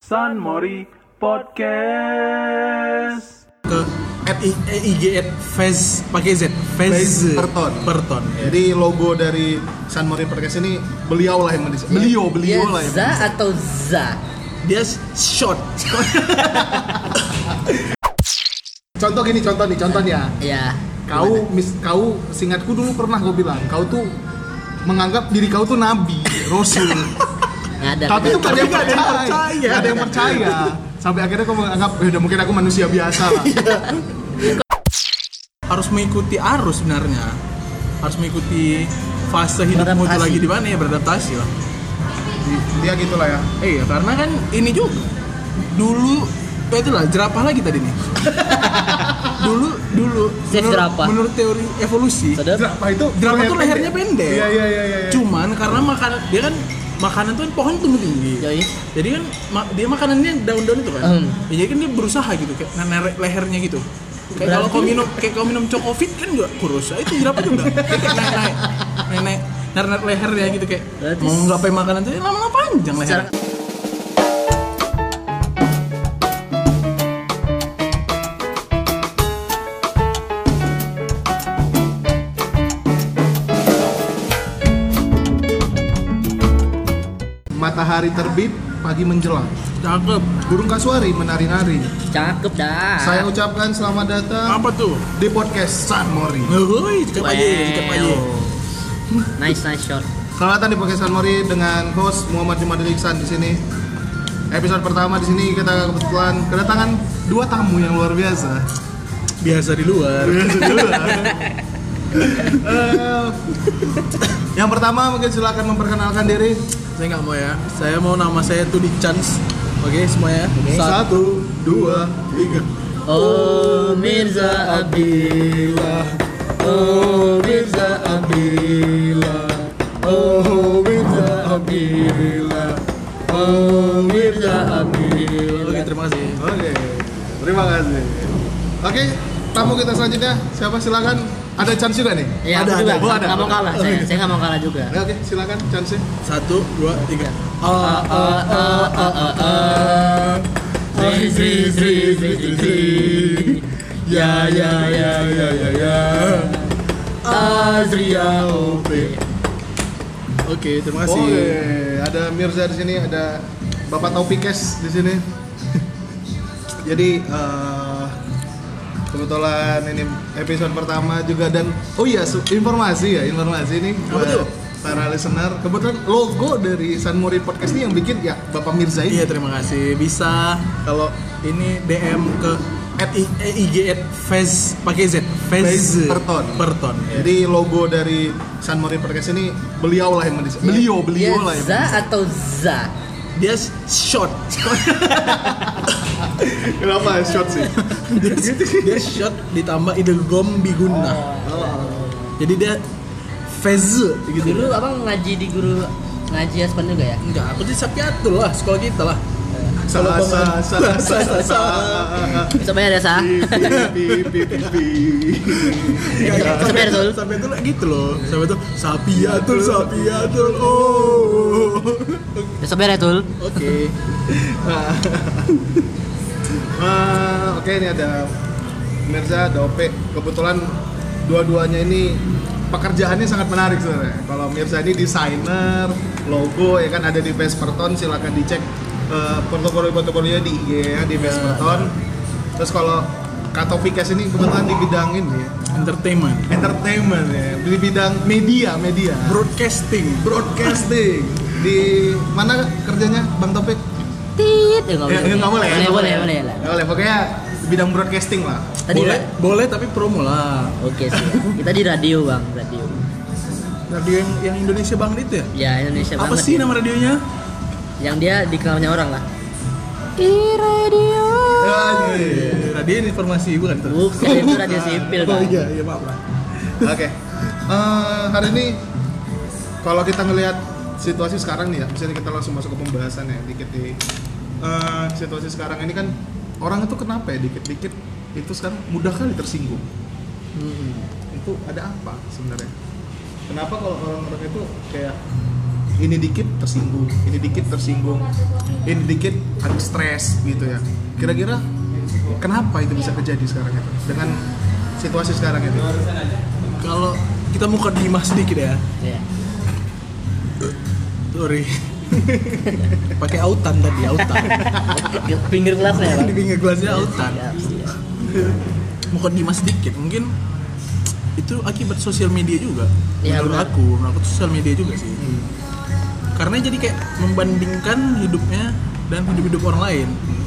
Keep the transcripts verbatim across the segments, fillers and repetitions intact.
San Mori Podcast. Ke at I G at Fez pakai Z Fez Perton. Perton. Jadi logo dari San Mori Podcast ini beliau lah yang mendesain. Beliau, beliau Dia lah yang Za mendesain. atau Za? Dia short. Contoh gini, contoh nih, contohnya. Ya. Kau, mis, kau, singkatku dulu pernah kau bilang, kau tuh menganggap diri kau tuh nabi, rasul. Nggak ada. Tapi itu nggak gak ada yang Nggak ada yang percaya. percaya. Gak ada yang percaya. Sampai akhirnya kau menganggap, ya udah mungkin aku manusia biasa lah. Harus mengikuti arus sebenarnya. Harus mengikuti fase hidupmu itu Beradaptasi. lagi di mana ya, beradaptasi lah. Dia gitulah ya. Eh, iya, karena kan ini juga dulu ya itulah jerapah lagi tadi nih. dulu dulu Save menurut, jerapah. menurut teori evolusi Sedap. Jerapah itu jerapah tuh leher lehernya pendek. Iya, iya, iya, iya. Cuman karena makanan dia kan makanan tuh kan pohon tumbuh tinggi. Yoi. Jadi kan ma- dia makanannya daun-daun itu kan. Hmm. Ya, jadi kan dia berusaha gitu kayak narik lehernya gitu. Kayak kalau kau minum kayak kau minum Cokofit kan juga kurus. Ah, itu jerapah juga. Kayak naik naik naik narik lehernya gitu kayak Berarti mau nggapai makanan tuh lama-lama panjang leher. Secara- Matahari terbit, pagi menjelang. Cakep. Burung kasuari menari-nari. Cakep dah. Saya ucapkan selamat datang Apa tuh? di podcast San Mori. Woi, cakep aja, cakep aja. Nice nice shot. Selamat datang di podcast San Mori dengan host Muhammad Jumadil Iksan di sini. Episode pertama di sini kita kebetulan kedatangan dua tamu yang luar biasa. Biasa di luar. Biasa juga. Eh, yang pertama mungkin silakan memperkenalkan diri. Saya nggak mau ya. Saya mau nama saya tuh di chance. Oke semuanya. Satu, dua, tiga. Oh Mirza Abdillah. Oh Mirza Abdillah. Oh, Mirza Abdillah. Oh Mirza Abdillah. Oke terima kasih. Oke, terima kasih. Oke, tamu kita selanjutnya siapa silakan. Ada chance juga nih? Ya, ada, aku juga ada. Oh, ada. nggak mau kalah. Saya, Oke. saya nggak mau kalah juga. Oke, silakan chance. Satu, dua, tiga. Ah ah ah ah ah ah. Zri zri zri zri zri zri. Ya ya ya ya ya ya. Azria Ope. Oke terima kasih. Oke, ada Mirza di sini, ada Bapak Taufikes di sini. Jadi eh, kebetulan ini episode pertama juga dan oh iya su- informasi ya informasi ini Apa buat tuh? para listener. Kebetulan logo dari San Mori Podcast ini yang bikin ya Bapak Mirza ini. Iya terima kasih. Bisa kalau ini D M ke at I G at Fez pakai Z Fez Fez Perton. Perton. Jadi logo dari San Mori Podcast ini beliau lah yang mendesain. Beliau, beliau Dia lah yang Za mendesain. atau Za? Dia short. Kenapa short sih? dia, dia short ditambah idegom biguna. Jadi dia Fez gitu. Dulu abang ngaji di guru ngaji Aspan juga ya? Enggak, aku di Sapiatul lah, sekolah kita lah. Sa sa sa sa sa sa. Sebenarnya ada Sa. Pi pi pi pi. Sampai Betul. Sampai itu gitu loh. Sampai itu Sapiatul, Sapiatul. Oh. Sebenarnya Betul. Oke. Eh, Oke, ini ada Mirza, ada Ope. Kebetulan dua-duanya ini pekerjaannya sangat menarik sebenarnya. Kalau Mirza ini desainer, logo ya kan ada di Vesperton, silakan dicek eh, portofolio-portofolio di I G ya di Vesperton. Terus kalau Katovikas ini kebetulan di bidang ini Entertainment, entertainment ya, di bidang media, media. broadcasting. Broadcasting. Di mana kerjanya Bang Topik? Tit, ya nggak Ya, boleh. nggak boleh, ya? Boleh, boleh, boleh lah. Nggak boleh, pokoknya di bidang broadcasting lah. Tadi boleh, ra- boleh tapi promo lah. Oke sih. Kita di radio bang, radio. Radio yang, yang Indonesia banget itu ya? Ya Indonesia Apa banget. sih ya. nama radionya? Yang dia dikenalnya orang lah. I radio. Radio informasi bukan tuh? Bukan itu radio sipil Oh bang. iya, iya maaf lah. Oke. Eh, hari ini kalau kita ngelihat situasi sekarang nih ya, misalnya kita langsung masuk ke pembahasan ya dikit di eh, situasi sekarang ini kan orang itu kenapa ya dikit-dikit itu sekarang mudah kali tersinggung. Hmm. Itu ada apa sebenarnya? Kenapa kalau orang-orang itu kayak ini dikit tersinggung, ini dikit tersinggung, ini dikit habis stres gitu ya. Kira-kira kenapa itu bisa terjadi sekarang itu dengan situasi sekarang itu? Kalau kita mukadimah sedikit ya. Iya. Sorry. Pakai autan tadi, autan. Pinggir kelasnya, Bang. Di pinggir gelasnya autan. Siap, siap. Mukadimah sedikit, mungkin itu akibat sosial media juga. Iya, Menurut benar. aku, menurut aku sosial media juga sih. Hmm. Karena jadi kayak membandingkan hidupnya dan hidup-hidup orang lain.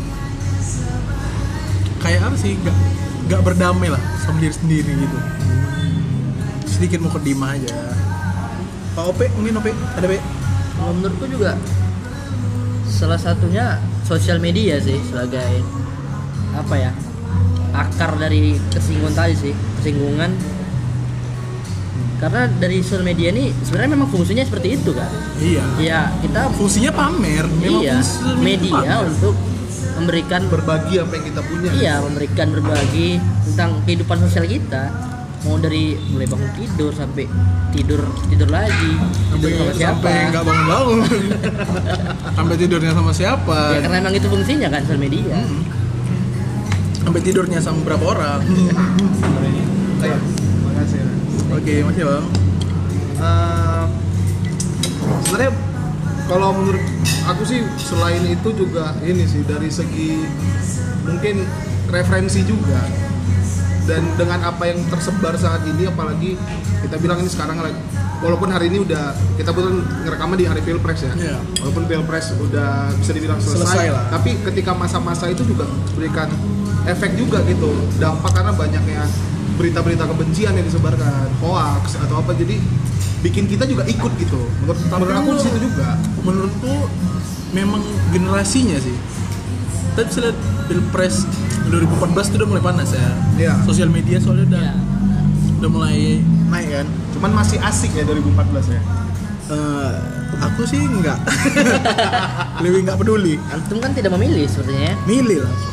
Kayak apa sih? Gak, gak berdamai lah sama diri sendiri gitu. Sedikit mukadimah aja. Pak Ope, mungkin Ope, ada Pe? Kalau menurutku juga salah satunya sosial media sih sebagai apa ya, akar dari kesinggungan tadi sih, kesinggungan. Karena dari sosial media ini sebenarnya memang fungsinya seperti itu kan. Iya. Ya kita Fungsinya pamer. Memang iya fungsi sosial itu media pamer. untuk memberikan Berbagi apa yang kita punya. iya memberikan berbagi tentang kehidupan sosial kita, mau dari mulai bangun tidur sampai tidur tidur lagi tidur sama siapa Sampai nggak bangun-bangun. Sampai tidurnya sama siapa? ya karena memang itu fungsinya kan sosial media. Hmm. Sampai tidurnya sama berapa orang? Kayak, makasih. Ya. Oke, makasih Bang. Eh, sebenarnya kalau menurut aku sih selain itu juga ini sih dari segi mungkin referensi juga, dan dengan apa yang tersebar saat ini, apalagi kita bilang ini sekarang lagi, walaupun hari ini udah kita betul ngerekamnya di hari Pilpres ya, Iya. walaupun Pilpres udah bisa dibilang selesai, Selesai lah. tapi ketika masa-masa itu juga berikan efek juga gitu, dampak karena banyaknya berita-berita kebencian yang disebarkan, hoax atau apa, jadi bikin kita juga ikut gitu. Menurut, menurut aku di situ juga. Menurutku memang generasinya sih. Tapi bisa lihat Pilpres dua ribu empat belas itu udah mulai panas ya. Iya. Sosial media soalnya udah Ya. udah mulai naik kan. Cuman masih asik ya dua ribu empat belas ya. Eh, aku sih enggak. Lebih enggak peduli. Antum kan tidak memilih sepertinya. Milih lah.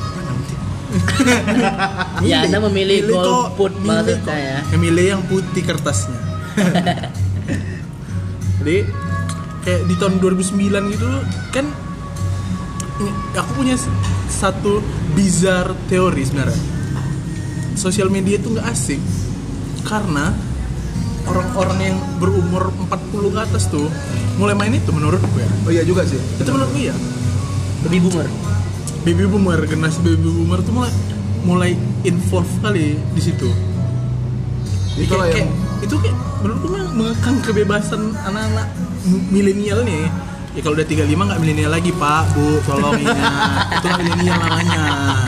Ya, Anda memilih Milih kok, golput milih maksud kok. saya. Yang milih yang putih kertasnya. Jadi kayak di tahun dua ribu sembilan gitu kan, ini, aku punya s- satu bizarre teori sebenarnya. Sosial media itu nggak asik karena orang-orang yang berumur empat puluh ke atas tuh mulai main itu menurutku ya. Oh iya juga sih. Itu menurutku ya. Baby boomer. Baby boomer, generasi baby boomer tuh mulai mulai involve kali di situ. Jadi Itulah kayak, yang- kayak- itu kayak menurutku memang mengekang kebebasan anak-anak m- milenial nih. Ya kalau udah tiga puluh lima nggak milenial lagi Pak, Bu, tolong ingat. Itu nggak milenial namanya.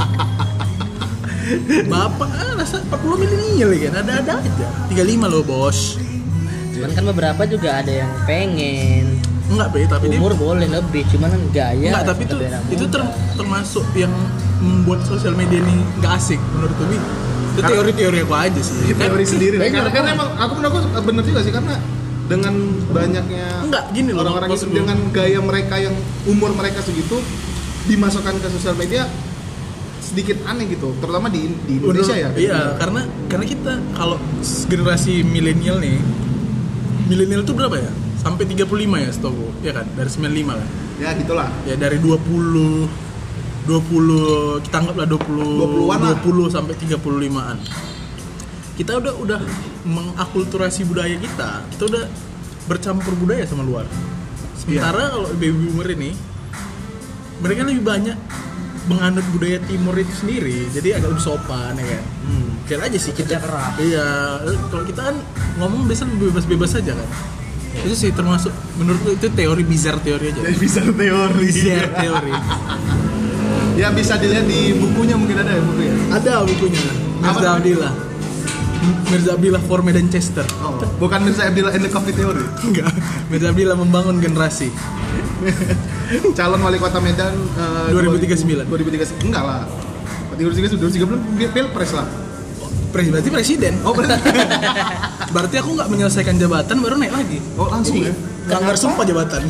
Bapak ah, rasa empat puluh milenial kan, ada-ada aja. tiga puluh lima loh bos. Cuman kan beberapa juga ada yang pengen Enggak Be, tapi dia umur boleh lebih, cuman kan gaya. enggak, tapi itu lebih anak itu muda. ter- termasuk yang membuat sosial media ini nggak asik menurut Tobi. Itu Karena- teori-teori aku aja sih. Ini teori sendiri. Kayaknya Karena, apa? karena emang aku menurut aku bener juga sih, karena dengan banyaknya Enggak, gini loh, orang-orang itu maksud gua. dengan gaya mereka yang umur mereka segitu dimasukkan ke sosial media sedikit aneh gitu, terutama di, di Indonesia ya. Menurut- Iya, karena karena kita kalau generasi milenial nih, milenial itu berapa ya? Sampai tiga puluh lima ya setahu, ya kan? Dari sembilan puluh lima lah. Ya gitulah. Ya dari dua puluh dua puluh kita anggaplah dua puluh dua puluhan lah. dua puluh sampai tiga puluh limaan. Kita udah udah mengakulturasi budaya kita. Kita udah bercampur budaya sama luar. Sementara kalau baby boomer ini mereka lebih banyak menganut budaya timur itu sendiri. Jadi agak lebih sopan ya kan. Hmm. Kira aja sih Kerja kita. keras. Iya, kalau kita kan ngomong biasanya bebas-bebas aja kan. Itu sih termasuk menurutku itu teori bizarre teori aja. Jadi bisa teori. Bizarre teori. Ya bisa dilihat di bukunya, mungkin ada ya buku ya. Ada bukunya. Apa Mirza namanya? Abdillah. Mirza Abdillah for Medan Chester. Oh, bukan Mirza Abdillah and the Coffee Theory. Enggak. Mirza Abdillah membangun generasi. Calon wali kota Medan eh, dua ribu tiga puluh sembilan. dua ribu tiga puluh sembilan. Enggak lah. dua ribu tiga puluh sembilan, dua ribu tiga puluh sembilan Pilpres lah. Pres berarti presiden. Oh, berarti. Berarti aku nggak menyelesaikan jabatan baru naik lagi. Oh, langsung ya. Melanggar sumpah jabatan.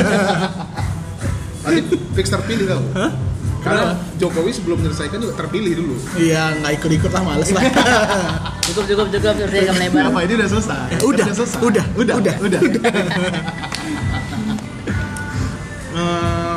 Nanti fix terpilih kau. Hah? Karena Kenapa? Jokowi sebelum menyelesaikan juga terpilih dulu. Iya, nggak ikut-ikut lah, males lah. Cukup cukup cukup seperti yang lebar. Apa ini udah selesai? Eh, udah, selesai. udah, udah, udah. udah. Uh,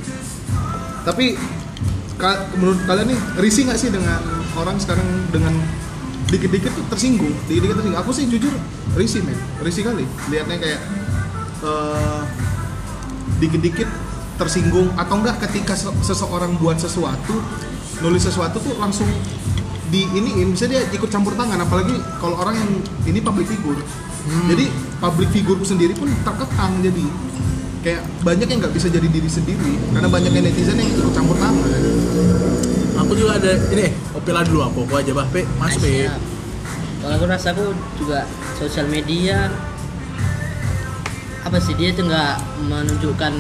tapi ka- menurut kalian nih risih nggak sih dengan orang sekarang dengan dikit-dikit tuh tersinggung, dikit-dikit tersinggung. Aku sih jujur risih men, risih kali. Lihatnya kayak uh, dikit-dikit tersinggung atau enggak ketika seseorang buat sesuatu, nulis sesuatu tuh langsung di ini, misalnya dia ikut campur tangan, apalagi kalau orang yang ini public figure. Hmm. Jadi public figure sendiri pun terkekang, jadi kayak banyak yang nggak bisa jadi diri sendiri karena banyak yang netizen yang ikut campur tangan. Aku juga ada ini, opela dulu apa aku aja bah pe, masuk pe. Kalau aku rasa aku juga sosial media apa sih, dia tuh nggak menunjukkan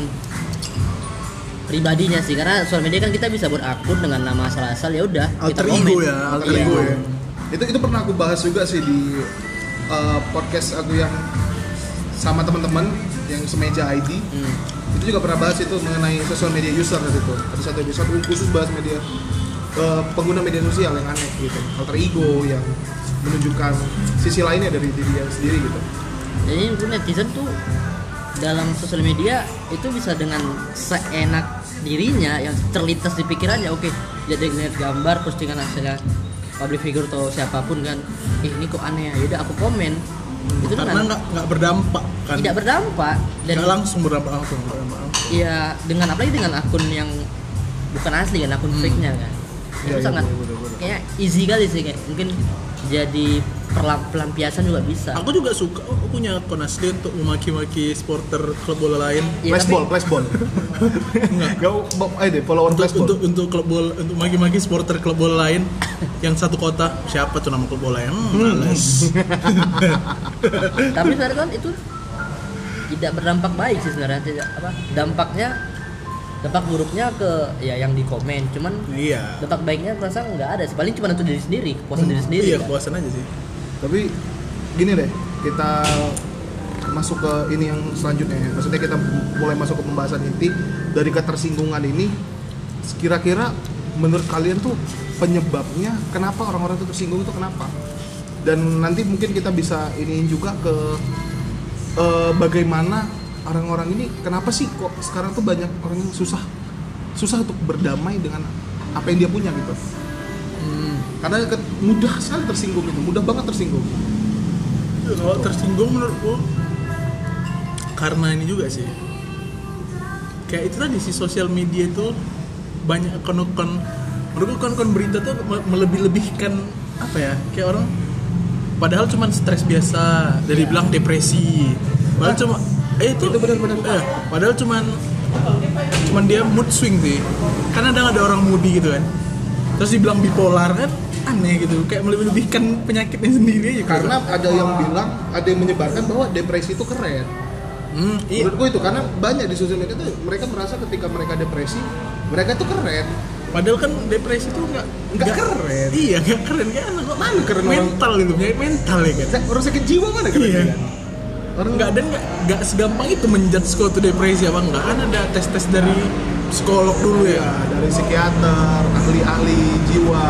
pribadinya sih, karena sosial media kan kita bisa buat akun dengan nama asal-asal, ya udah alter kita komen. ego ya, alter Iya. ego ya. Itu itu pernah aku bahas juga sih di uh, podcast aku yang sama teman-teman yang semeja I D. Hmm. Itu juga pernah bahas itu mengenai sosial media user gitu. Ada satu episode khusus bahas media uh, pengguna media sosial yang aneh gitu, alter ego yang menunjukkan sisi lainnya dari diri dia sendiri gitu. Jadi mungkin netizen tuh dalam sosial media itu bisa dengan seenak dirinya yang terlintas di pikirannya. Oke, dia lihat gambar postingan hasilnya public figure atau siapapun kan, eh ini kok aneh ya, yaudah aku komen. Itu Karena nggak nggak berdampak kan? Tidak berdampak dan Nggak langsung berdampak langsung. berdampak langsung. ya dengan apalagi dengan akun yang bukan asli kan, akun Hmm. fake-nya kan. Iya, Itu iya, sangat betul, betul, betul. kayak easy kali sih, kayak mungkin jadi perlam- pelampiasan juga bisa. Aku juga suka, aku punya akun asli untuk memaki-maki supporter klub bola lain. Ya, Flashball, tapi- flashball. Enggak. Gak, ayo deh follower Untuk, flashball. untuk untuk klub bola, untuk maki-maki supporter klub bola lain yang satu kota. Siapa tuh nama klub bola yang hmm, males. Tapi sebenarnya kan itu tidak berdampak baik sih sebenarnya, tidak apa dampaknya, dampak buruknya ke ya yang di komen, cuman Iya. dampak baiknya rasa nggak ada sih, paling cuma untuk diri sendiri, kepuasan diri sendiri Iya, kan. kepuasan aja sih. Tapi gini deh, kita masuk ke ini yang selanjutnya ya. Maksudnya kita mulai masuk ke pembahasan inti dari ketersinggungan ini. Kira-kira menurut kalian tuh penyebabnya kenapa orang-orang itu tersinggung itu kenapa? Dan nanti mungkin kita bisa iniin juga ke eh, bagaimana orang-orang ini kenapa sih kok sekarang tuh banyak orang yang susah susah untuk berdamai dengan apa yang dia punya gitu. Hmm. Karena ke- mudah sekali tersinggung itu, mudah banget tersinggung. Kalau tersinggung menurutku karena ini juga sih. Kayak itu tadi si sosial media itu banyak akun-akun, menurutku akun-akun berita tuh me- melebih-lebihkan apa ya? Kayak orang padahal cuma stres biasa, dari bilang depresi. Padahal cuma eh itu, Itu benar-benar. eh, padahal cuman cuman dia mood swing sih. Kan ada ada orang moody gitu kan. Terus dibilang bipolar kan aneh gitu, kayak melebih-lebihkan penyakitnya sendiri aja. Karena ada yang bilang, ada yang menyebarkan bahwa depresi itu keren. hmm, iya. Menurut gue itu karena banyak di sosial media tuh mereka merasa ketika mereka depresi, mereka tuh keren. Padahal kan depresi itu nggak Nggak keren. Iya nggak keren kan? Kok Mana keren orang? mental itu, penyakit mental ya kan? Orang sakit jiwa mana keren Iya. kan? Orang Nggak dan nggak nggak segampang itu menjudge kalau itu depresi apa enggak, kan ada tes-tes dari psikolog dulu ya, ya. dari psikiater, ahli-ahli jiwa.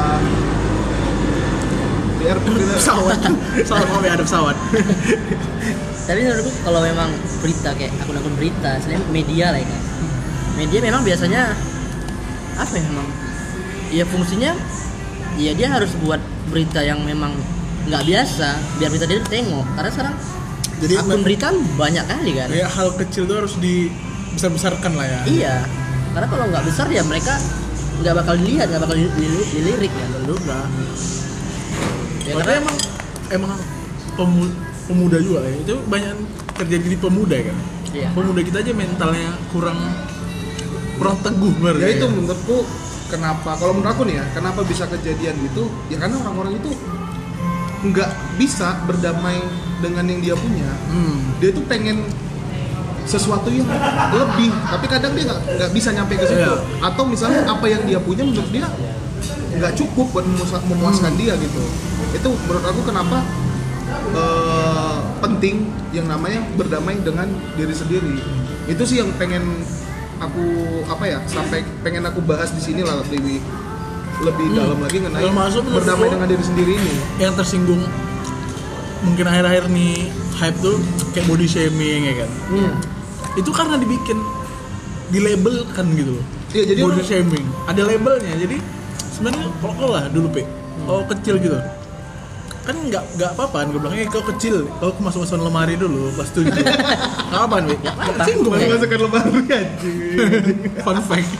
Di airport kita. Pesawat, pesawat mau ada pesawat. Tapi menurutku kalau memang berita kayak akun-akun berita, selain media lah ya kan. Media memang biasanya apa ya memang? Ya fungsinya, ya dia harus buat berita yang memang nggak biasa, biar berita dia tengok. Karena sekarang Jadi akun berita banyak kali kan. ya hal kecil itu harus dibesar-besarkan lah ya. Iya. Karena kalau nggak besar ya mereka nggak bakal dilihat, nggak bakal dilirik, dilirik kan. Juga. Ya, Padahal karena emang emang pemu- pemuda juga ya. Itu banyak terjadi di pemuda kan. Iya. Pemuda kita aja mentalnya kurang kurang teguh berarti. Ya itu menurutku kenapa, kalau menurut aku nih ya, kenapa bisa kejadian gitu? Ya karena orang-orang itu nggak bisa berdamai dengan yang dia punya. Hmm. Dia tuh pengen sesuatu yang lebih, tapi kadang dia nggak nggak bisa nyampe ke situ. Iya. Atau misalnya apa yang dia punya menurut dia nggak cukup buat memuas- memuaskan Hmm. dia gitu. Itu menurut aku kenapa eh, penting yang namanya berdamai dengan diri sendiri. Itu sih yang pengen aku apa ya sampai pengen aku bahas di sini lah lebih lebih Hmm. dalam lagi mengenai Termasuk menurut berdamai gua- dengan diri sendiri ini. Yang tersinggung mungkin akhir-akhir nih hype tuh kayak body shaming ya kan. Hmm. Itu karena dibikin dilabelkan gitu loh. Iya, jadi body orang- shaming. Ada labelnya. Jadi sebenarnya kalau kau lah dulu Pe, kalau kecil gitu kan nggak nggak apa-apa kan gue bilang, eh kau kecil, kau masuk masukan lemari dulu pas tujuh. Nggak apa-apa Pe, nggak singgung. Baru Ya. masukkan lemari anjing. Fun fact.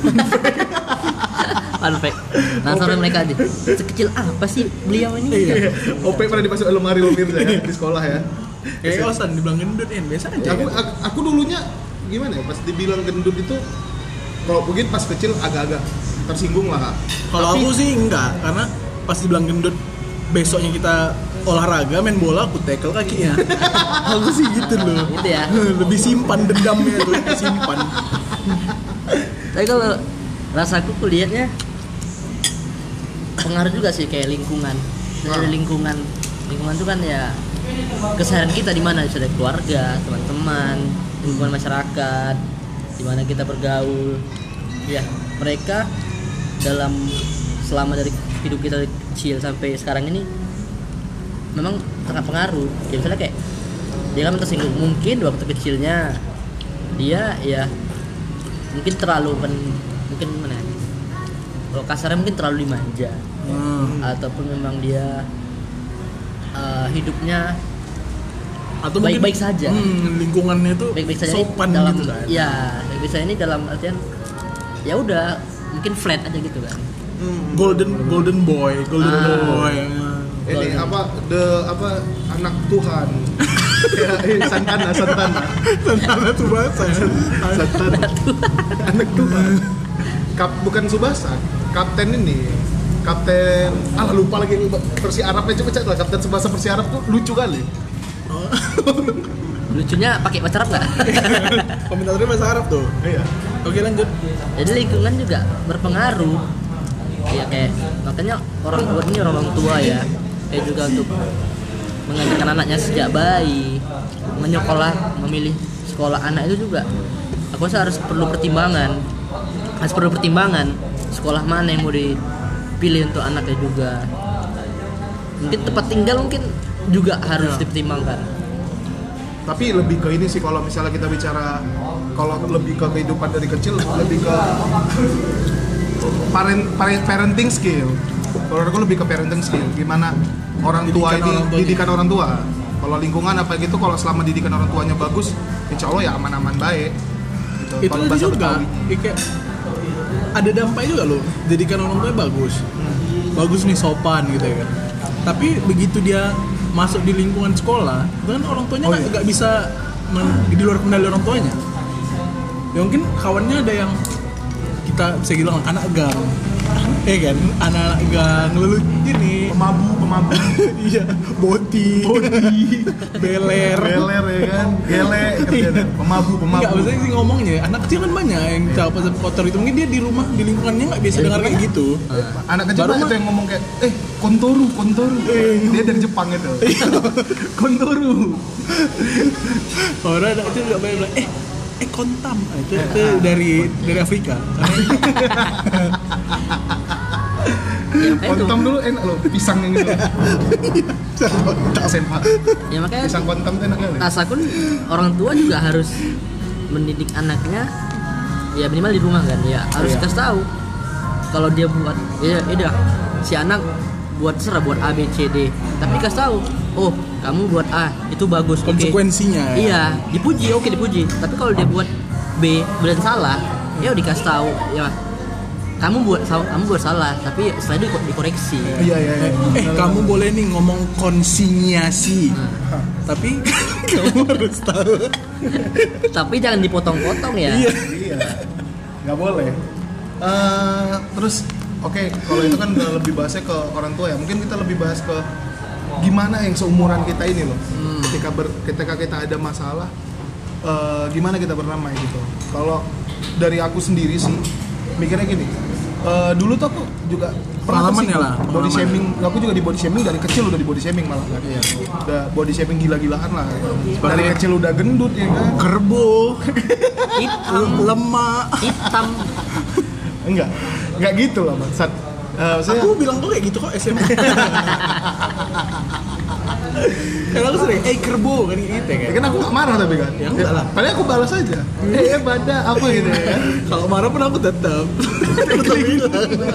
Fun fact. Nah, sampai mereka aja. Sekecil apa sih beliau ini? Iya. O P pernah dimasukin lemari sama Mirza ya di sekolah ya. Kayak kosan dibilang gendut kan biasa aja. Aku, kan? aku, aku dulunya gimana ya, pas dibilang gendut itu kalau mungkin pas kecil agak-agak tersinggung lah. Kalau Tapi- aku sih enggak, karena pas dibilang gendut besoknya kita olahraga main bola aku tackle kakinya. Aku sih gitu loh. Gitu ya. Lebih simpan dendamnya tuh, simpan. Tapi kalau rasaku kuliahnya pengaruh juga sih kayak lingkungan. Dari lingkungan, lingkungan itu kan ya keseharian kita di mana, sudah keluarga, teman-teman, lingkungan masyarakat, di mana kita bergaul. Ya, mereka dalam selama dari hidup kita dari kecil sampai sekarang ini memang sangat pengaruh. Ya misalnya kayak dia kan tersinggung mungkin waktu kecilnya dia ya mungkin terlalu pen, mungkin mana ya, kalau kasarnya mungkin terlalu dimanja Hmm. ataupun memang dia uh, hidupnya Atau Baik-baik mungkin, saja. hmm, lingkungannya tuh baik-baik saja ini sopan dalam gitu kan. ya baik-baik saja ini dalam artian ya udah mungkin flat aja gitu kan. Hmm. Golden golden boy, golden Ah. boy. Ini apa the apa anak Tuhan. Ya, eh, Santana, Santana. Tentara tuh bahasa. Santana. Anak Tuhan. Kap, bukan Subasa, kapten ini. Kapten, ah lupa lagi versi Arabnya, coba cek lah. Kapten Subasa versi Arab tuh lucu kali. Lucunya pakai pacar nggak? Komentatornya bahasa Arab tuh. Iya. Oke lanjut. Jadi lingkungan juga berpengaruh. Ya kayak makanya orang tua ini orang tua ya, kayak juga untuk mengajarkan anaknya sejak bayi, menyekolah, memilih sekolah anak itu juga. Aku rasa harus perlu pertimbangan, harus perlu pertimbangan sekolah mana yang mau dipilih untuk anaknya juga. Mungkin tempat tinggal mungkin juga harus dipertimbangkan. Tapi lebih ke ini sih, kalau misalnya kita bicara, kalau lebih ke kehidupan dari kecil, lebih ke parent, parent parenting skill. Kalau aku lebih ke parenting skill, gimana orang tua Didikan ini orang tuanya. didikan orang tua. Kalau lingkungan apa gitu, kalau selama didikan orang tuanya bagus, insya Allah ya aman-aman baik. Gitu. Itu Kalau tadi bahasa juga Betawinya. ya, kayak ada dampaknya juga loh. Jadikan orang tua bagus, bagus nih sopan gitu ya kan. Tapi begitu dia masuk di lingkungan sekolah, itu kan orang tuanya Oh, nggak iya. nggak bisa men- di luar kendali orang tuanya. Ya mungkin kawannya ada yang kita bisa bilang anak gang, ya kan, anak gang lalu ini Pemabu, pemabu, iya boti, beler, beler ya kan, gele, kerjanya. pemabu, pemabu. Enggak, maksudnya sih ngomongnya anak kecil kan banyak yang cakap kotor itu, mungkin dia di rumah di lingkungannya nggak biasa dengar kayak gitu. Anak kecil Baru banget mah- yang ngomong kayak, eh kontoru, kontoru. Dia dari Jepang itu. kontoru. Orang anak kecil nggak banyak bilang eh eh kontam. Nah, itu, itu dari dari Afrika. Ya, makanya itu. Kontam dulu enak loh, pisang yang itu. Sempa. Ya makanya Pisang kontam itu enak kali. rasaku orang tua juga harus mendidik anaknya ya minimal di rumah kan ya harus Iya. kasih tahu kalau dia buat ya udah si anak buat serah buat A B C D tapi kasih tahu oh kamu buat A itu bagus oke Konsekuensinya ya. iya dipuji oke dipuji tapi kalau dia buat B dan salah ya udah dikasih tahu ya kamu buat salah kamu buat salah tapi setelah itu dikoreksi. Iya iya iya. Eh kamu boleh nih ngomong konsinyasi, tapi kamu harus tahu. Tapi jangan dipotong-potong ya. Iya. Iya. Nggak boleh. Eh, terus oke, kalau itu kan udah lebih bahasnya ke orang tua ya. Mungkin kita lebih bahas ke gimana yang seumuran kita ini loh. Ketika ber, ketika kita ada masalah, eh, gimana kita berdamai gitu. Kalau dari aku sendiri sih mikirnya gini. eh, dulu tuh aku juga pernah Pengalaman ya tersinggung. lah, Body pengalaman. shaming. Aku juga di body shaming dari kecil udah di body shaming malah kan. Iya. Udah body shaming gila-gilaan lah. Dari kecil udah gendut ya kan. Kerbo, Hitam, lemak. hitam. Enggak, enggak gitu lah maksud. Eh, maksudnya- Aku bilang kok kayak gitu kok S M A. Kalau aku sering, eh kerbo kan gitu Ya kan. kan aku nggak marah tapi kan. Ya, enggak lah. Paling aku balas aja. Eh ya bada apa gitu ya kan. Kalau marah pun aku tetap. Tetap bilang.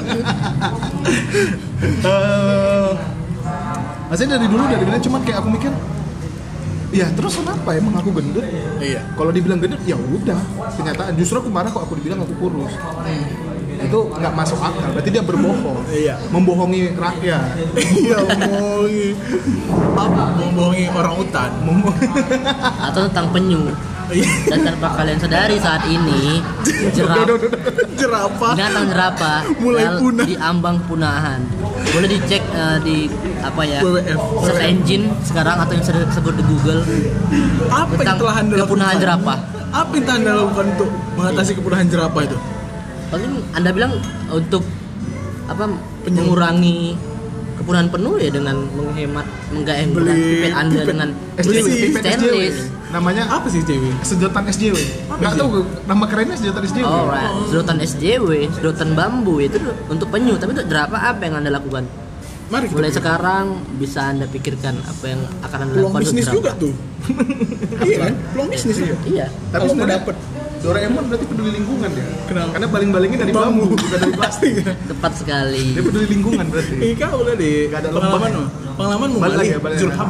Eh, Maksudnya dari dulu dari dulu cuman kayak aku mikir, ya terus kenapa emang aku gendut? Iya. Kalau dibilang gendut ya udah kenyataan. Justru aku marah kok aku dibilang aku kurus. Itu nggak masuk akal. Berarti dia berbohong. Iya. Membohongi rakyat. Iya, membohongi apa? Membohongi orang utan. Atau tentang penyu. Dan tanpa kalian sadari saat ini jerap Jerapah. binatang jerapah Mulai dal- punah. di ambang punahan. Boleh dicek eh, di apa ya? W W F. Search engine sekarang atau yang sering disebut di Google Apa yang tentang telah Anda kepunahan lakukan? jerapah. Apa yang telah Anda lakukan untuk mengatasi kepunahan jerapah itu? Paling Anda bilang untuk apa Penyu. mengurangi kepunahan penuh ya dengan menghemat enggak yang Beli pipet Anda pipet dengan S J W, Beli pipet S J W. stainless. Namanya Apa sih cewek? sedotan S J W. Nggak sih? tahu nama kerennya sedotan S J W. Oh, right. Sedotan S J W, sedotan bambu itu untuk penyu. Tapi untuk jerapah apa yang Anda lakukan? Mari kita Mulai pikir. sekarang bisa Anda pikirkan apa yang akan Anda Peluang lakukan untuk bisnis juga jerapah. tuh. Iya kan? Peluang bisnis juga. Iya. Tapi Kalau mau sebenarnya dapet. Doraemon berarti peduli lingkungan dia. Kenapa? Karena baling-balingnya dari bambu, bukan dari plastik. Tepat sekali. Dia peduli lingkungan berarti. Ih, kau udah deh. Nggak ada Pengalaman lembah. mah. Pengalaman mau Balik balik ya, balik. Zulham.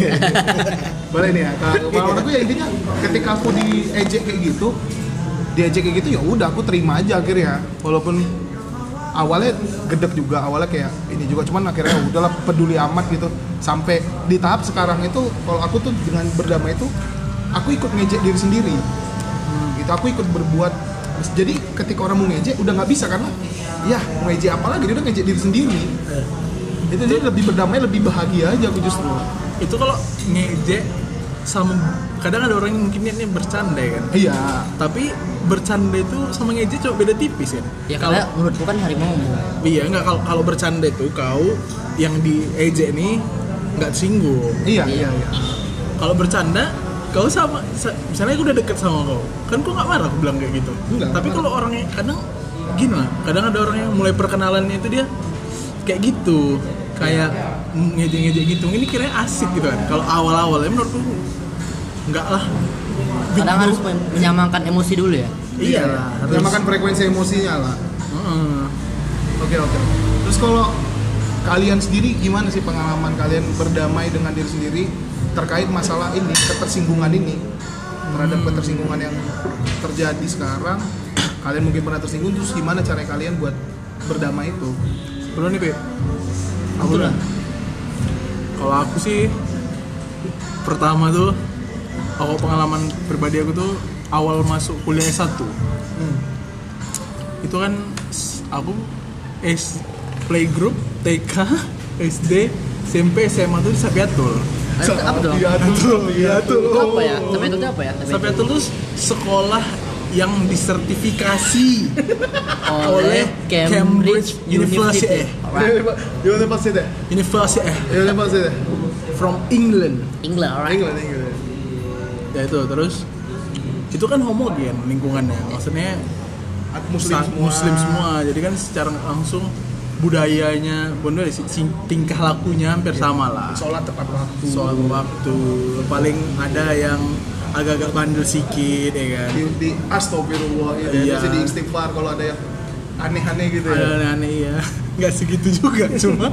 Boleh nih ya. Kalau pengalaman aku ya intinya ketika aku diejek kayak gitu, diejek kayak gitu ya udah aku terima aja akhirnya. Walaupun awalnya gedek juga, awalnya kayak ini juga cuman akhirnya ya udahlah peduli amat gitu. Sampai di tahap sekarang itu kalau aku tuh dengan berdamai itu aku ikut ngejek diri sendiri. Hmm, gitu aku ikut berbuat. Jadi ketika orang mau ngejek udah nggak bisa karena ya mau ngejek apa lagi dia udah ngejek diri sendiri. Itu jadi lebih berdamai, lebih bahagia aja aku justru. Itu kalau ngejek sama kadang ada orang yang mungkin niatnya bercanda ya kan. Iya. Tapi bercanda itu sama ngejek cuma beda tipis kan. Ya kalau karena menurutku kan harimau. iya enggak kalau kalau bercanda itu kau yang diejek nih nggak singgung. Iya, iya, iya. Kalau bercanda kau sama sa- misalnya aku udah deket sama kau kan kau nggak marah aku bilang kayak gitu. Enggak, tapi marah. kalau orangnya kadang gini lah kadang ada orang yang mulai perkenalannya itu dia kayak gitu kayak ngejek-ngejek gitu ini kiranya asik gitu kan. Kalau awal-awalnya menurutku enggak lah. Kadang Big harus bro. men- menyamakan emosi dulu ya. Iya lah harus. Menyamakan frekuensi emosinya lah. Heeh. Oke, oke. Terus kalau kalian sendiri gimana sih pengalaman kalian berdamai dengan diri sendiri terkait masalah ini, ketersinggungan ini terhadap ketersinggungan yang terjadi sekarang? Kalian mungkin pernah tersinggung, terus gimana cara kalian buat berdamai itu? Belum nih, Pe. Aku lah. Kalau aku sih pertama tuh awal pengalaman pribadi aku tuh awal masuk kuliah S satu. Hmm. Itu kan s- aku S playgroup T K, S D, S M P, S M A tuh di Sapiatul. Itu apa tuh? Iya tuh, iya tuh. Itu apa ya? Sampai itu apa ya? Sapiatul tuh sekolah yang disertifikasi oleh Cambridge University. Alright. University. University University. from England. England, alright. England, England. Ya itu terus itu kan homogen lingkungannya. Maksudnya Muslim sa- semua. muslim semua. Jadi kan secara nggak langsung budayanya, bener sih, sing- tingkah lakunya hampir sama lah. Sholat tepat waktu. Soal waktu paling ada yang agak-agak bandel sedikit ya kan. di, di astagfirullah ya, Iya. biasanya di istighfar kalau ada yang aneh-aneh gitu ya. Ada aneh-aneh ya. Nggak segitu juga cuma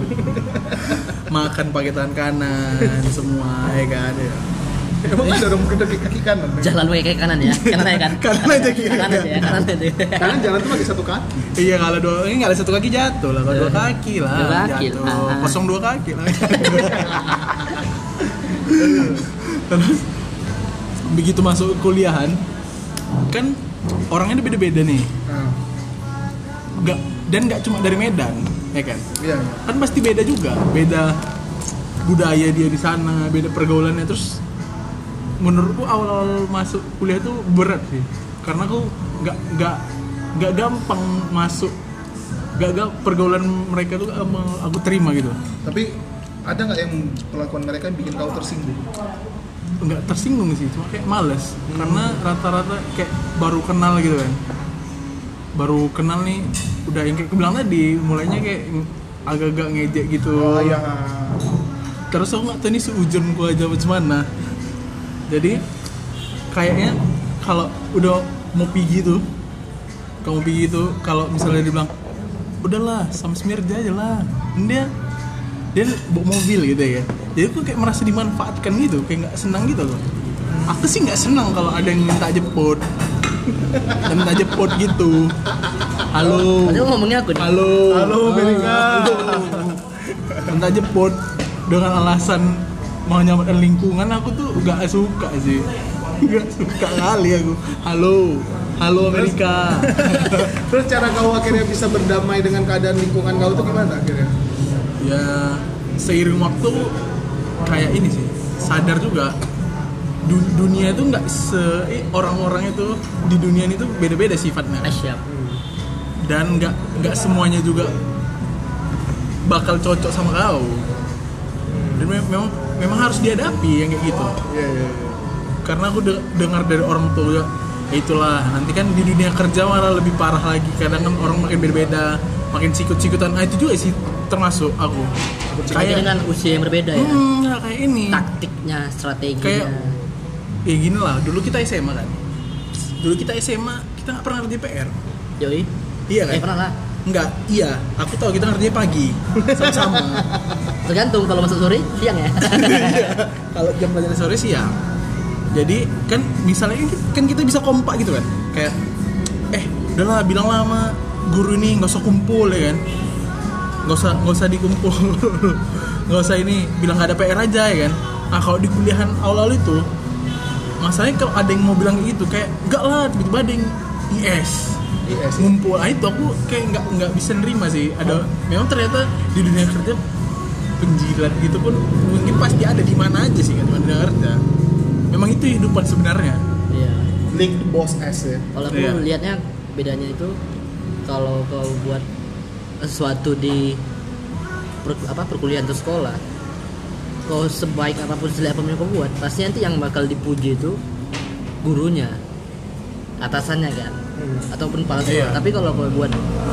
makan pakai tangan kanan semua ya kan ya. Emang ada dong kaki kaki kanan. Jalan pakai kaki kanan ya. Kanan aja kan. Kanan aja, kiri Kanan aja ya, kanan aja. Kanan jalan tuh pakai satu kaki. Iya kalau dua ini nggak ada satu kaki jatuh lah, kalau dua kaki lah Dua kaki jatuh. lah. Kosong dua kaki lah. Terus begitu masuk kuliahan kan orangnya beda-beda nih, Nah, nggak dan nggak cuma dari Medan, ya kan? iya. Kan pasti beda juga, beda budaya dia di sana, beda pergaulannya. Terus menurutku awal-awal masuk kuliah tuh berat sih, karena aku nggak nggak nggak gampang masuk, nggak gak pergaulan mereka tuh em- aku terima gitu. Tapi ada nggak yang perlakuan mereka yang bikin kau tersinggung? Nggak tersinggung sih, cuma kayak males karena rata-rata kayak baru kenal gitu kan. baru kenal nih udah yang kayak kebilang tadi mulainya kayak agak-agak ngejek gitu. Oh iya. Terus aku nggak tahu ini seujun gua aja macam mana. Jadi kayaknya kalau udah mau pergi tuh, kamu pergi tuh kalau misalnya dia bilang udahlah sama Smirja aja lah, dia dia bawa mobil gitu ya. Jadi aku kayak merasa dimanfaatkan gitu, kayak nggak senang gitu loh. Aku sih nggak senang kalau ada yang minta jemput, yang minta jemput gitu. Halo. Tadi ngomongnya aku nih. Halo. Halo Amerika. Minta jemput dengan alasan mau nyelamatkan lingkungan, aku tuh nggak suka sih. Nggak suka kali aku. Halo. Halo Amerika. Terus cara kau akhirnya bisa berdamai dengan keadaan lingkungan kau itu gimana akhirnya? Ya seiring waktu kayak ini sih, sadar juga du- dunia itu nggak se eh, orang-orang itu di dunia ini tuh beda-beda sifatnya, Asyap. dan nggak nggak semuanya juga bakal cocok sama kau, dan me- memang memang harus dihadapi yang kayak gitu. Iya iya. Karena aku de- dengar dari orang tua, ya itulah nanti kan di dunia kerja malah lebih parah lagi, kadang kan orang makin beda-beda, makin sikut-sikutan. Ah itu juga sih termasuk aku Kayak dengan usia yang berbeda ya. hmm, ya kayak ini Taktiknya, strateginya. kayak ya gini lah, dulu kita S M A kan, dulu kita S M A kita nggak pernah ngerti P R. Yoi. Iya kan? Eh pernah lah. Enggak, iya, aku tahu kita ngerti pagi sama-sama. Tergantung kalau masuk sore, siang ya. Kalau jam pelajaran sore siang. Jadi kan misalnya kan kita bisa kompak gitu kan, kayak eh udahlah bilang lah sama guru ini nggak usah kumpul ya kan, nggak usah nggak usah dikumpul, nggak usah ini, bilang nggak ada P R aja ya kan. Nah kalau di kuliahan awal-awal itu masalahnya kalau ada yang mau bilang gitu kayak enggak lah, tiba-tiba ada yang I S I S ngumpul. Ah itu aku kayak nggak nggak bisa nerima sih. Ada memang ternyata di dunia kerja penjilat gitu pun mungkin pasti ada di mana aja sih kan di dunia kerja. Memang itu kehidupan sebenarnya. Iya. Link the boss S ya. Kalau aku Iya. lihatnya bedanya itu kalau kau buat sesuatu di per, apa perkuliahan atau sekolah, kau sebaik apapun jelek apapun yang kau buat, pasti nanti yang bakal dipuji itu gurunya, atasannya kan, Hmm. ataupun kepala sekolah. Iya. Tapi kalau kau buat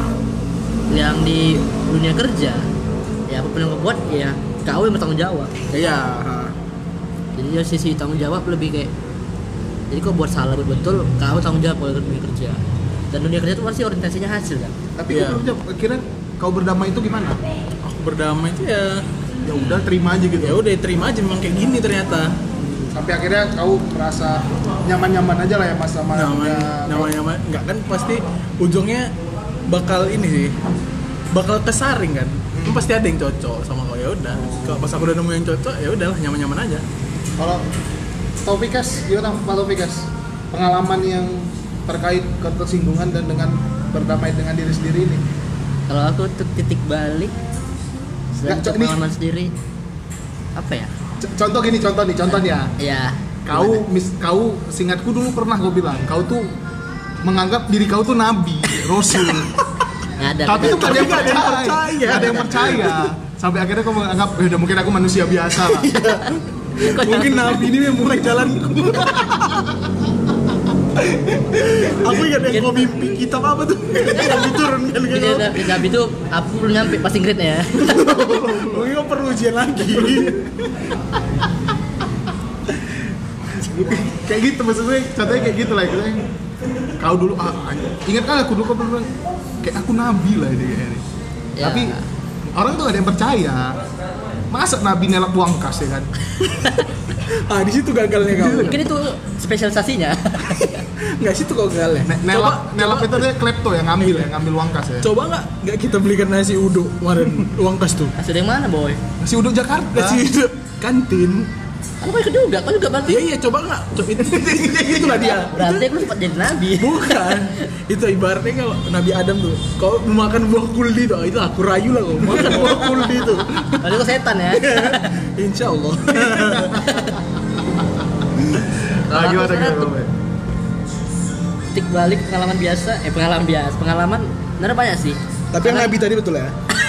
yang di dunia kerja, ya apapun yang kau buat ya kau yang bertanggung jawab. Iya. Jadi ya sisi tanggung jawab lebih kayak, jadi kau buat salah buat betul, kau tanggung jawab kalau dunia kerja. Dan dunia kerja itu pasti orientasinya hasil kan. Tapi Iya. kau belum jawab, kira kau berdamai itu gimana? Aku berdamai itu ya Ya udah terima aja gitu. ya udah terima aja, memang kayak gini ternyata. Sampai akhirnya kau merasa nyaman-nyaman aja lah ya mas sama Nyaman, ya, nyaman, nyaman. Enggak kan pasti ujungnya bakal ini sih, bakal kesaring kan. Kan pasti ada yang cocok sama kau, ya udah. Kalau pas aku udah nemu yang cocok, ya udahlah nyaman-nyaman aja. Kalau Taufikas, gimana Pak Taufikas? Pengalaman yang terkait ketersinggungan dan dengan berdamai dengan diri sendiri ini. Kalau aku tuh titik balik Nggak, selain co- ini- pengalaman sendiri apa ya? C- contoh gini, contoh nih, contoh nih ya. Ya. Kau, mis, kau, singkatku dulu pernah kau bilang, kau tuh menganggap diri kau tuh nabi, rasul. Nggak ada. Tapi tuh gak ada yang Tapi nggak ada yang percaya, percaya. Nggak ada yang percaya. Sampai akhirnya kau menganggap, "Eh, udah mungkin aku manusia biasa lah. Kok Mungkin nabi ini yang mulai jalanku. Aku ingat yang kau mimpi kitab apa tuh? Yang diturunkan ke Jadi kau. ada di Nabi itu aku belum nyampe passing grade-nya ya. Mungkin kau perlu ujian lagi. Kayak gitu maksudnya, contohnya kayak gitu lah. Gitu. Kau dulu, ah, ingat kan aku dulu kau bilang, kayak aku nabi lah ini kayaknya. Ya. Tapi orang tuh gak ada yang percaya. Masa nabi nelak uang kas ya kan? Ah di situ gagalnya kau. Mungkin itu spesialisasinya. Nggak situ kau gagalnya. Ne- nelak, nelak itu dia klepto ya, ngambil ya, ngambil uang kas ya. Coba nggak nggak kita belikan nasi uduk kemarin uang kas tuh. Asal yang mana, boy? Nasi uduk Jakarta. Nasi uduk kantin. Aku pakai juga, kan juga berarti. Iya iya coba nggak. Coba itu itulah dia. Berarti aku sempat jadi nabi. Bukan. Itu ibaratnya kalau Nabi Adam tuh, kau makan buah kuldi tuh, itu aku rayu lah kau makan buah kuldi tuh. Berarti aku setan ya. Insya Allah. Ah, Kalau aku gimana sekarang gimana? tuh, Bang? Titik balik pengalaman biasa, eh pengalaman biasa, pengalaman bener banyak sih. Tapi yang Nabi tadi betul ya.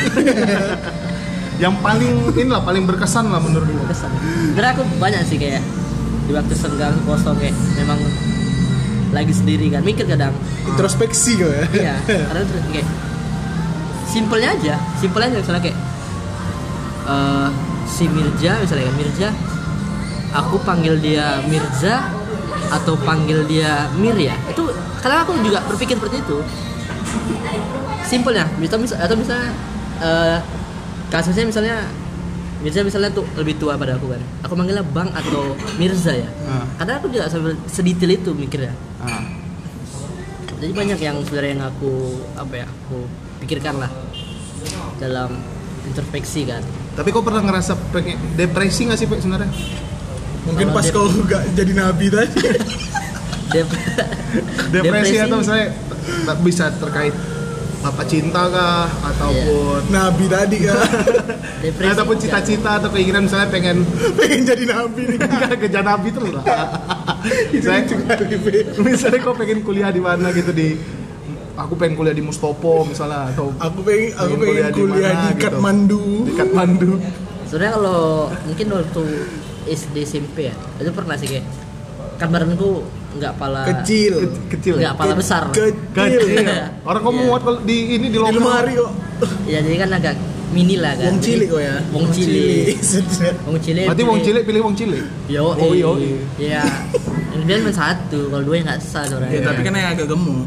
Yang paling inilah paling berkesan lah menurut gue. Kesan. Sebenarnya aku banyak sih kayak di waktu senggang kosong kayak memang lagi sendiri kan, mikir kadang. Introspeksi kok ya. Iya, karena terus kayak simpelnya aja, simpelnya aja misalnya kayak uh, si Mirza misalnya kan, Mirza, aku panggil dia Mirza atau panggil dia Mir ya, itu kadang aku juga berpikir seperti itu. Simpelnya, bisa bisa atau misalnya uh, kasusnya misalnya Mirza misalnya tuh lebih tua pada aku kan, aku manggilnya Bang atau Mirza ya. Ah. Kadang aku juga sambil sedetail itu mikirnya. Ah. Jadi banyak yang sebenarnya yang aku apa ya, aku pikirkan lah dalam introspeksi kan. Tapi kau pernah ngerasa pengen depresi nggak sih Pak sebenarnya? Mungkin Kalau pas dep- kau gak jadi nabi tadi. Dep- Depresi, atau misalnya tak bisa terkait bapak cinta kah ataupun Nabi tadi kan. depresi ataupun enggak. cita-cita atau keinginan misalnya pengen Pengen jadi nabi nih. kerja nabi terus lah. Saya misalnya kau pengen kuliah di mana gitu, di aku pengen kuliah di Mustopo misalnya, atau Aku pengen aku Pengen pengen kuliah di kuliah mana di gitu. Kathmandu. di Kathmandu. Sebenarnya kalau mungkin waktu S D S M P ya, itu pernah sih kayak kan badanku nggak pala Kecil. Ke- kecil nggak pala besar. Kecil. Kecil. Orang kau Iya. muat kalau di ini di Di lokal. lemari kok. Ya jadi kan agak mini lah kan. Wong Jadi- cilik kok ya. Wong cilik. cilik. Wong cilik. Berarti wong cilik pilih wong cilik. Yo, Oh, yo. Iya. Yang dia cuma satu, kalau dua yang nggak sah Ya, sebenarnya. tapi kan yang agak gemuk.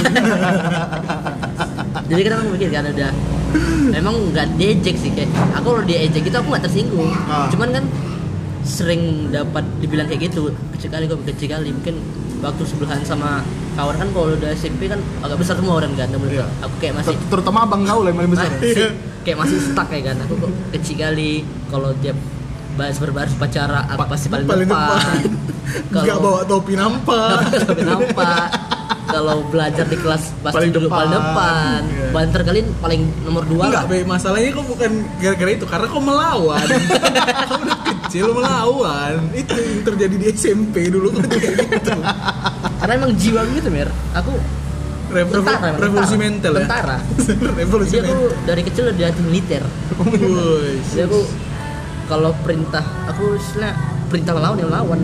Jadi kadang aku mikir kan udah memang nggak diejek sih kayak aku kalau diejek itu aku nggak tersinggung. Ah. Cuman kan sering dapat dibilang kayak gitu, kecil kali kok kecil kali mungkin waktu sebelahan sama kawan kan kalau udah S M P kan agak besar semua orang kan, temen Iya. aku kayak masih Ter- Terutama abang kau lah yang paling besar. masih kayak masih stuck kayak kan, aku kok kecil kali kalau tiap bahas berbaris upacara aku Pa- pasti paling, paling depan. depan. Nggak bawa topi nampak. Tapi nampak kalau belajar di kelas pasti Paling duduk depan. paling depan, Iya. banter kalian paling nomor dua Enggak, lah. Be, masalahnya kok bukan gara-gara itu, karena kok melawan. Kamu udah kecil melawan. Itu yang terjadi di S M P dulu kan kayak gitu. Karena emang jiwa gitu Mir, aku Revo- tentara, emang, revolusi tentara. mental ya. Tentara. Revolusi Jadi aku mental. dari kecil udah di militer. Woi. Jadi aku kalau perintah aku istilah perintah melawan ya melawan.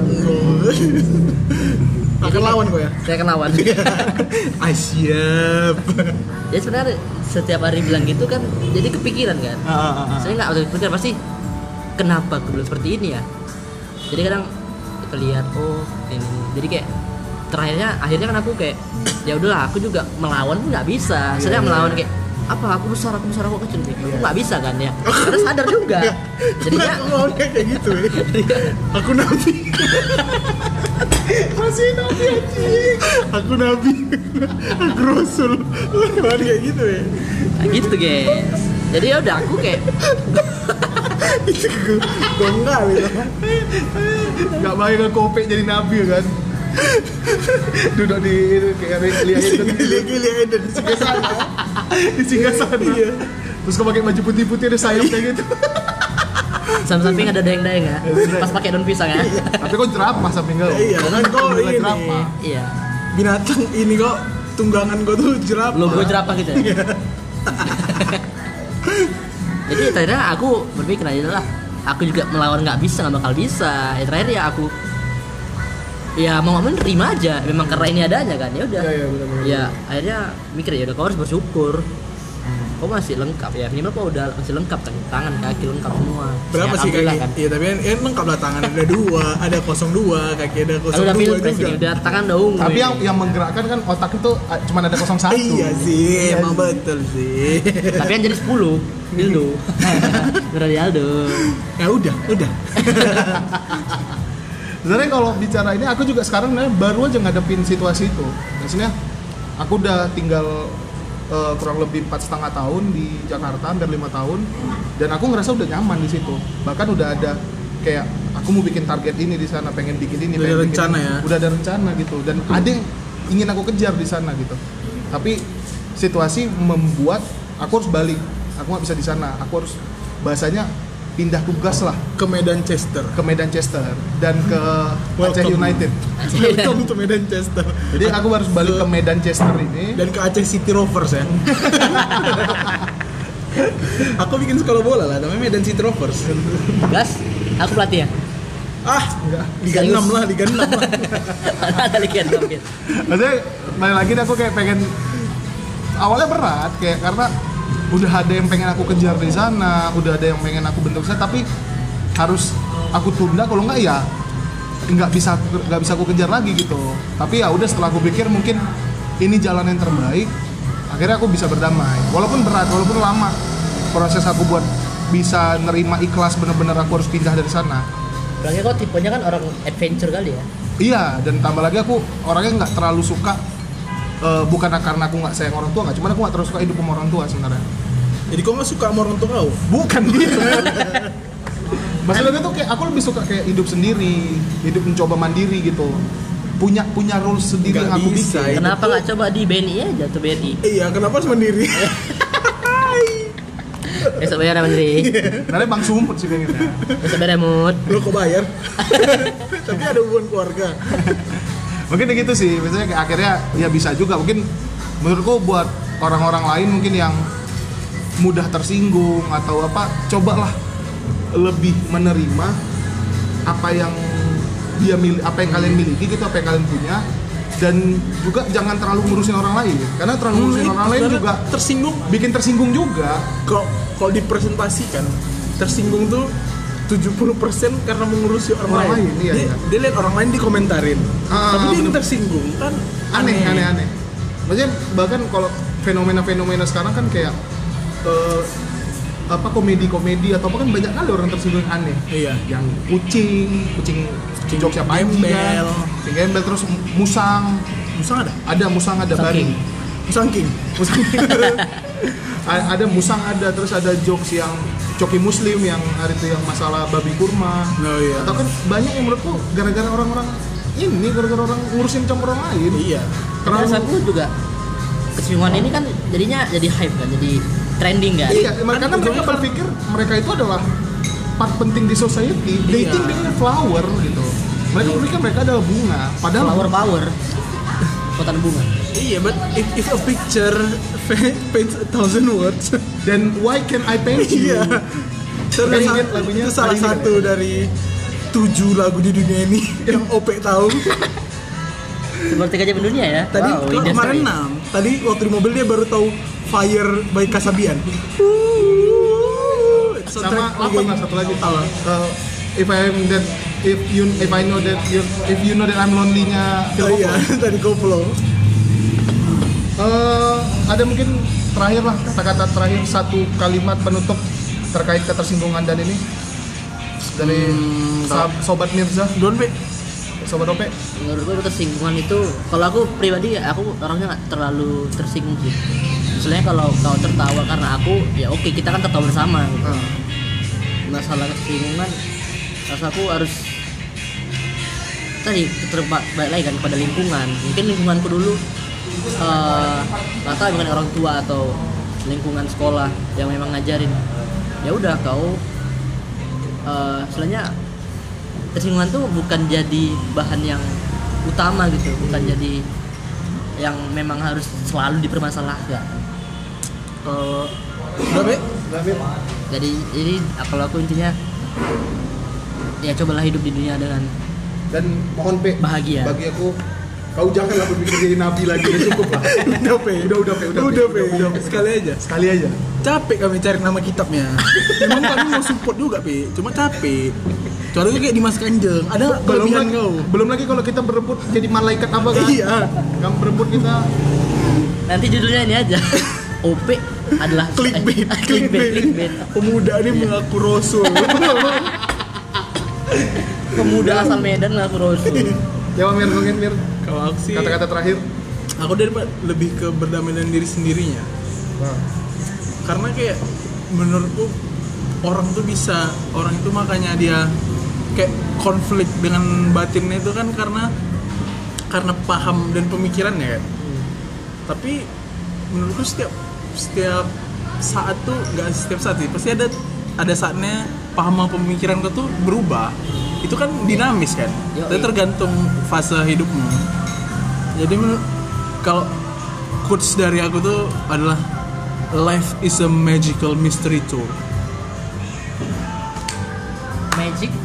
Akan lawan kok ya. Saya akan lawan. Ah, siap. Ya sebenarnya setiap hari bilang gitu kan, jadi kepikiran kan. Ah, ah, ah. Saya nggak harus berpikir pasti kenapa aku bilang seperti ini ya. Jadi kadang kita lihat oh ini, ini. Jadi kayak terakhirnya akhirnya kan aku kayak ya udahlah aku juga melawan pun nggak bisa. Saya Iya, melawan iya. kayak apa aku besar aku besar aku kecil aku nggak bisa kan ya. Karena sadar juga. Jadinya Aku lawan kayak gitu ya. Aku nabi. Masih nabi anjing. Aku nabi. Aku rasul. Lawan kayak gitu ya. nah, gitu guys. Jadi ya udah aku kayak Itu gonggal itu. Nggak bayang ke kopi jadi nabi kan. Duduk di itu kayak lihat itu Gili-gili ada di sebelah sana. di singgah sana. Iya. Terus kau pakai baju putih-putih ada sayap kayak gitu. samping-samping ada daeng-daeng ya. Pas pakai daun pisang ya. Tapi kau jerapah samping kau. Iya, kan kau Alhamdulillah ini. jerapah. Iya. Binatang ini kok tunggangan kau tuh jerapah. Logo jerapah gitu ya. Iya. Jadi terakhirnya aku berpikir aja lah, aku juga melawan nggak bisa, nggak bakal bisa. Ya terakhir ya aku, ya mau ngomong terima aja, memang karena ini adanya kan, ya udah. Iya, iya, benar-benar. Ya akhirnya mikir ya udah kau harus bersyukur. Kau masih lengkap ya, minimal kau udah masih lengkap kan, tangan kaki lengkap semua. Berapa Ya, sih alhamdulillah kaki? kan? Iya, tapi kan ya, lengkap lah, tangan ada dua, ada kosong dua, kaki ada Kalau kosong udah dua pilpres juga. ini, udah tangan udah ungu. Tapi ini. yang yang menggerakkan kan otak itu ah, cuma ada nol satu. Iya sih, Iya emang sih. betul sih. Tapi yang jadi sepuluh, Dildo. Berarti Aldo. Ya udah, udah. Sebenarnya kalau bicara ini aku juga sekarang sebenarnya baru aja ngadepin situasi itu. Maksudnya aku udah tinggal eh, kurang lebih empat setengah tahun di Jakarta, hampir lima tahun, dan aku ngerasa udah nyaman di situ. Bahkan udah ada kayak aku mau bikin target ini di sana, pengen bikin ini, Udah pengen ada bikin rencana ini. ya? Udah ada rencana gitu, dan ada yang ingin aku kejar di sana gitu. Tapi situasi membuat aku harus balik. Aku nggak bisa di sana. Aku harus bahasanya pindah tugas lah Ke Medan Chester. ke Medan Chester dan ke Aceh Welcome. United. Welcome to Medan Chester. Jadi aku harus balik ke Medan Chester ini. Dan ke Aceh City Rovers ya. Aku bikin sekolah bola lah, namanya Medan City Rovers. Gas, aku pelatih ya. Ah, Enggak. Liga enam lah, Liga enam lah. Ada Liga enam gitu. Maksudnya balik lagi nih, aku kayak pengen, awalnya berat kayak karena udah ada yang pengen aku kejar di sana, udah ada yang pengen aku bentuk sana, tapi harus aku tunda, kalau enggak ya nggak bisa nggak bisa aku kejar lagi gitu. Tapi ya udah, setelah aku pikir mungkin ini jalan yang terbaik, akhirnya aku bisa berdamai. Walaupun berat, walaupun lama proses aku buat bisa nerima ikhlas bener-bener aku harus pindah dari sana. Berarti kok tipenya kan orang adventure kali ya? Iya, dan tambah lagi aku orangnya nggak terlalu suka, uh, bukan karena aku nggak sayang orang tua, nggak, cuman aku nggak terlalu suka hidup sama orang tua sebenarnya. Jadi kau nggak suka sama orang tua kau? Bukan gitu. Maksudnya tuh kayak aku lebih suka kayak hidup sendiri, hidup mencoba mandiri gitu. Punya punya rules sendiri Nggak yang aku bisa, bikin. Kenapa nggak coba di B N I aja tuh B N I? Iya, kenapa harus mandiri? Besok bayar mandiri. Karena bang sumput sih kayaknya. Besok bayar mood. Lo kok bayar? Tapi ada hubungan keluarga. Mungkin kayak gitu sih. Misalnya kayak akhirnya ya bisa juga. Mungkin menurutku buat orang-orang lain mungkin yang mudah tersinggung atau apa, cobalah lebih menerima apa yang dia milih, apa yang kalian miliki gitu, apa yang kalian punya, dan juga jangan terlalu ngurusin orang lain, karena terlalu ngurusin Hmm, orang lain karena juga tersinggung. bikin tersinggung juga. Kalau kalau dipresentasikan, tersinggung tuh tujuh puluh persen karena mengurusi orang, Orang lain. lain, iya, dia, iya. dia lihat orang lain dikomentarin, Ah, tapi dia yang bener. tersinggung kan Aneh, aneh, aneh. Maksudnya bahkan kalau fenomena-fenomena sekarang kan kayak eh, apa komedi-komedi atau apa, kan banyak kali orang tersinggung yang aneh. Iya. Yang kucing, kucing, kucing jokes siapa gembel. kucing gembel, terus musang, Musang ada? ada musang ada Musang bari. king. Musang king. Musang A- ada musang ada, terus ada jokes yang coki muslim yang hari itu yang masalah babi kurma. Oh iya. Atau kan banyak yang menurutku gara-gara orang-orang ini, gara-gara orang ngurusin campur orang lain. Iya. Terlalu- Terus aku juga kesinggungan ini kan jadinya jadi hype kan, jadi trending kan. Iya, Kan karena mereka ujungnya kan- berpikir mereka itu adalah part penting di society. They Iya. think they're flower gitu. Mereka berpikir mereka adalah bunga, padahal Flower power. Kota bunga. Iya, but if, if a picture paints a thousand words, then why can I paint you? iya. Terus Kan sa- ingat lagunya itu salah hari ini kan satu ya? dari tujuh lagu di dunia ini yang Ope tahu. Seperti kaca dunia ya. Tadi Wow, kalau industry. kemarin enam. Tadi waktu di mobil dia baru tahu Fire by Kasabian. Itu Sama soundtrack apa lagi. lah satu lagi? Apa? Uh, if I am that if you if I know that you if you know that I'm lonely-nya Phil Oh iya, Koplo. tadi koplo. Eh, ada mungkin terakhir lah, kata-kata terakhir, satu kalimat penutup terkait ketersinggungan dan ini dari Hmm, sah- sobat Mirza, Don Be. sobat Ope. Menurut gue ketersinggungan itu, kalau aku pribadi aku orangnya nggak terlalu tersinggung sih. Misalnya kalau kau tertawa karena aku, ya oke kita kan tertawa bersama. Gitu. Ah. Masalah kesinggungan, rasa aku harus tadi terba- balik lagi kan kepada lingkungan. Mungkin lingkunganku dulu eh nggak tahu bukan orang tua atau lingkungan sekolah yang memang ngajarin. Ya udah kau, eh istilahnya kesinggungan tuh bukan jadi bahan yang utama gitu, bukan jadi yang memang harus selalu dipermasalahkan. Kalau udah Be. Jadi jadi kalau aku intinya ya cobalah hidup di dunia dengan Dan mohon Pe, Bahagia. bagi aku, kau janganlah berpikir jadi nabi lagi, udah cukup lah. Udah Pe. Udah, udah, Pe, udah, Pe. Udah Pe. Udah, Pe. Sekali aja. Sekali aja. Capek kami cari nama kitabnya. Memang kami mau support juga Pe. Cuma capek. Soalnya kayak Dimas Kanjeng. Ada nggak Belum kelebihan lagi, kau? belum lagi kalau kita berebut jadi malaikat apa kan? Iya. Yang berebut kita nanti judulnya ini aja. O P adalah Clickbait. eh, clickbait, clickbait. Pemuda ini mengaku rasul. Pemuda asal Medan ngaku rasul. ya Mir, mungkin Mir, Kalau aku sih, kata-kata terakhir. aku dari lebih ke berdamai dengan diri sendirinya. Nah, Karena kayak menurutku orang tuh bisa, orang itu makanya dia kayak konflik dengan batinnya itu kan karena karena paham dan pemikirannya kan. Tapi menurutku setiap setiap saat tuh nggak setiap saat sih, pasti ada ada saatnya paham sama pemikiran kau tuh berubah. Itu kan dinamis kan. Yoi. Itu tergantung fase hidupmu. Jadi menurut kalau quotes dari aku tuh adalah life is a magical mystery tour. Magic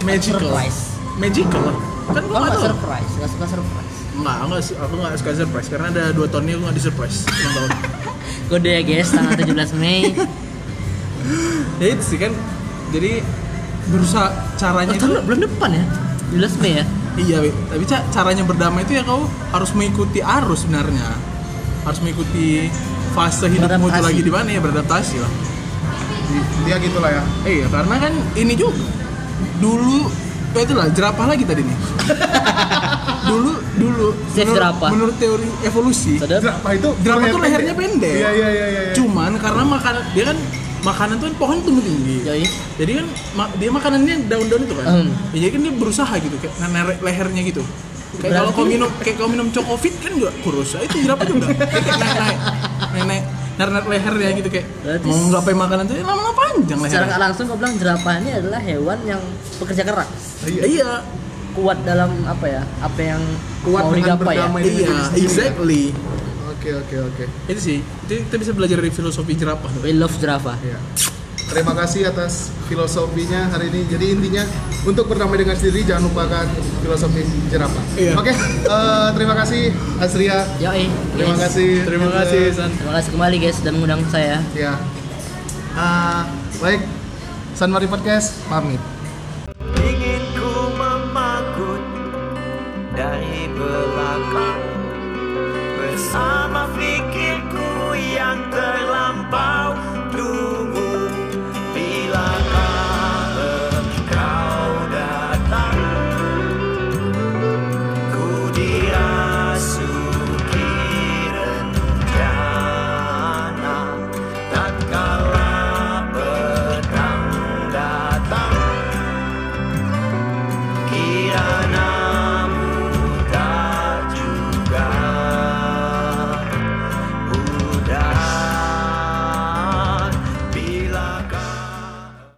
magical. Surprise. Magical lah. Kan gua Oh, nggak nggak tahu. surprise, nggak suka surprise. Enggak, enggak, aku enggak suka surprise karena ada dua tahunnya aku enggak di surprise ulang tahun. Kode ya guys, tanggal tujuh belas Mei. Ya itu sih kan. Jadi berusaha caranya Oh, itu tahun belum depan ya? tujuh belas Mei ya? iya, Wi. Tapi ca- caranya berdamai itu ya kau harus mengikuti arus sebenarnya. Harus mengikuti fase hidupmu itu Beradaptasi. lagi di mana ya, beradaptasi lah. Di- dia gitulah ya. Eh, iya, karena kan ini juga dulu ya itulah jerapah lagi tadi nih. dulu dulu Seks menurut, jerapah. menurut teori evolusi Sedap. Jerapah itu jerapah leher tuh lehernya pendek. Iya iya iya iya. Cuman karena makan dia kan makanan tuh kan pohon tumbuh tinggi. Yoi. Jadi kan ma- dia makanannya daun-daun itu kan. Hmm. Ya, jadi kan dia berusaha gitu kayak narik lehernya gitu. Kayak kalau Berarti- kau minum kayak kau minum Cokofit kan juga kurus. Ah, itu jerapah juga. Dia kayak naik naik naik naik narik lehernya gitu kayak Berarti- mau nggapai makanan tuh ya lama-lama panjang Secara lehernya. nggak langsung kau bilang jerapah ini adalah hewan yang pekerja keras, Iya. Iya, kuat dalam apa ya? Apa yang Kuat mau dengan digapai ya? berdamai. Ini iya, jadi sendiri. exactly. Oke oke oke. Itu sih, itu kita bisa belajar dari filosofi jerapah tuh. We love jerapah. Iya. Terima kasih atas filosofinya hari ini. Jadi intinya untuk berdamai dengan sendiri jangan lupakan filosofi jerapah. Iya. Oke, eh, terima kasih Azria. Yoi. Terima guys. kasih. Terima kasih, San. Terima kasih kembali guys sudah mengundang saya. Ya. Ah, baik. Sanmari Podcast pamit. Ingin ku memakut dari belakang bersama pikirku yang